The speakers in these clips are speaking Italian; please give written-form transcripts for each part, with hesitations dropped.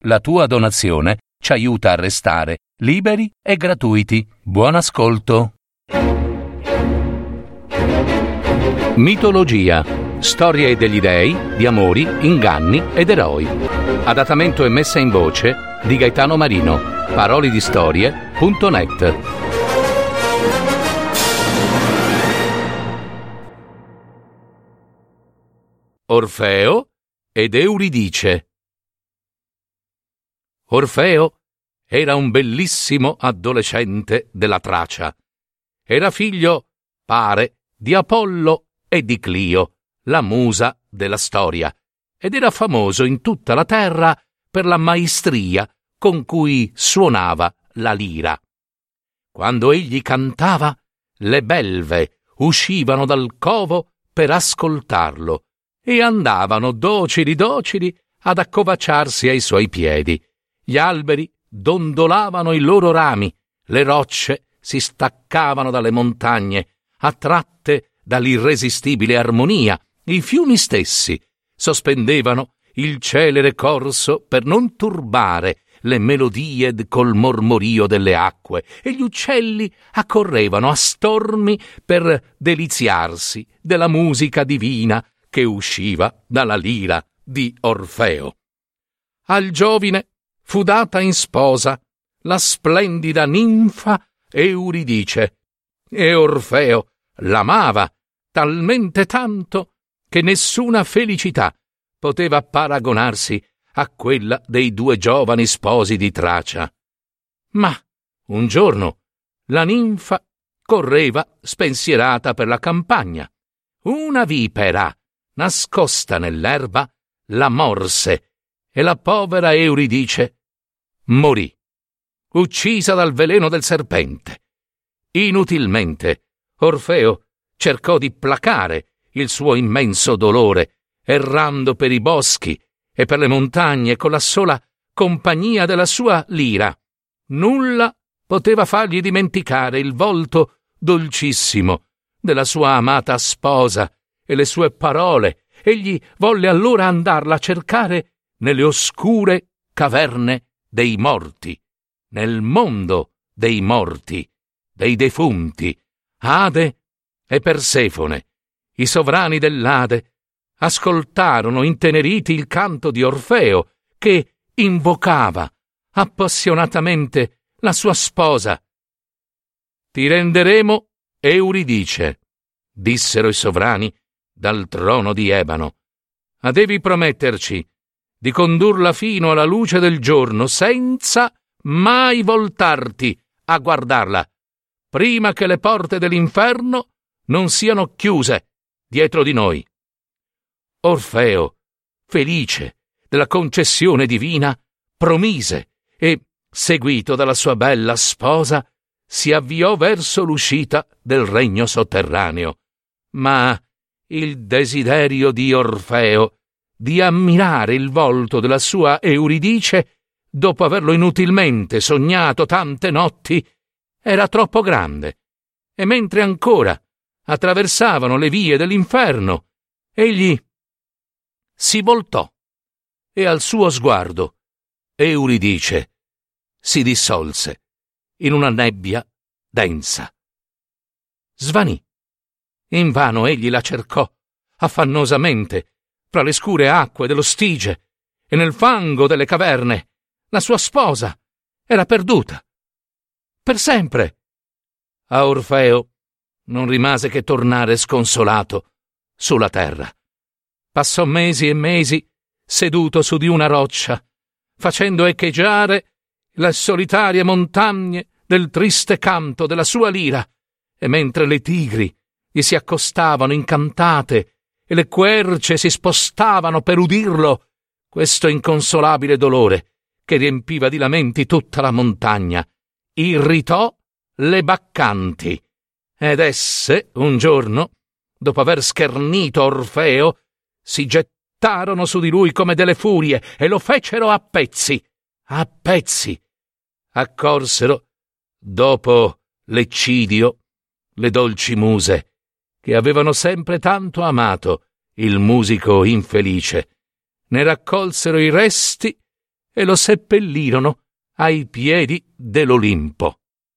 La tua donazione ci aiuta a restare liberi e gratuiti. Buon ascolto. Mitologia. Storie degli dei, di amori, inganni ed eroi. Adattamento e messa in voce di Gaetano Marino. Parolidistorie.net. Orfeo ed Euridice. Orfeo era un bellissimo adolescente della Tracia. Era figlio, pare, di Apollo e di Clio, la musa della storia, ed era famoso in tutta la terra per la maestria con cui suonava la lira. Quando egli cantava, le belve uscivano dal covo per ascoltarlo e andavano docili ad accovacciarsi ai suoi piedi. Gli alberi dondolavano i loro rami, le rocce si staccavano dalle montagne, attratte dall'irresistibile armonia. I fiumi stessi sospendevano il celere corso per non turbare le melodie col mormorio delle acque, e gli uccelli accorrevano a stormi per deliziarsi della musica divina che usciva dalla lira di Orfeo. Al giovine fu data in sposa la splendida ninfa Euridice, e Orfeo l'amava talmente tanto che nessuna felicità poteva paragonarsi a quella dei due giovani sposi di Tracia. Ma un giorno la ninfa correva spensierata per la campagna. Una vipera, nascosta nell'erba, la morse e la povera Euridice morì, uccisa dal veleno del serpente. Inutilmente Orfeo cercò di placare il suo immenso dolore, errando per i boschi e per le montagne con la sola compagnia della sua lira. Nulla poteva fargli dimenticare il volto dolcissimo della sua amata sposa e le sue parole. Egli volle allora andarla a cercare nelle oscure caverne dei morti, nel mondo dei morti, dei defunti. Ade e Persefone, i sovrani dell'Ade, ascoltarono inteneriti il canto di Orfeo, che invocava appassionatamente la sua sposa. «Ti renderemo Euridice», dissero i sovrani dal trono di ebano. «Ma devi prometterci di condurla fino alla luce del giorno senza mai voltarti a guardarla, prima che le porte dell'inferno non siano chiuse dietro di noi». Orfeo, felice della concessione divina, promise e, seguito dalla sua bella sposa, si avviò verso l'uscita del regno sotterraneo. Ma il desiderio di Orfeo di ammirare il volto della sua Euridice, dopo averlo inutilmente sognato tante notti, era troppo grande, e mentre ancora attraversavano le vie dell'inferno, egli si voltò e al suo sguardo Euridice si dissolse in una nebbia densa. Svanì. Invano egli la cercò affannosamente fra le scure acque dello Stige e nel fango delle caverne. La sua sposa era perduta per sempre. A Orfeo non rimase che tornare sconsolato sulla terra. Passò mesi e mesi seduto su di una roccia, facendo echeggiare le solitarie montagne del triste canto della sua lira, e mentre le tigri gli si accostavano incantate e le querce si spostavano per udirlo, questo inconsolabile dolore, che riempiva di lamenti tutta la montagna, irritò le baccanti, ed esse, un giorno, dopo aver schernito Orfeo, si gettarono su di lui come delle furie e lo fecero a pezzi. Accorsero, dopo l'eccidio, le dolci muse, che avevano sempre tanto amato il musico infelice. Ne raccolsero i resti e lo seppellirono ai piedi dell'Olimpo.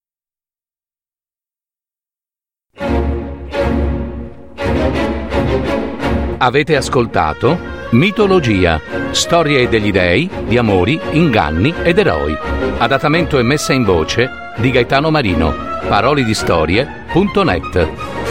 Avete ascoltato Mitologia, storie degli dei, di amori, inganni ed eroi. Adattamento e messa in voce di Gaetano Marino. Parolidistorie.net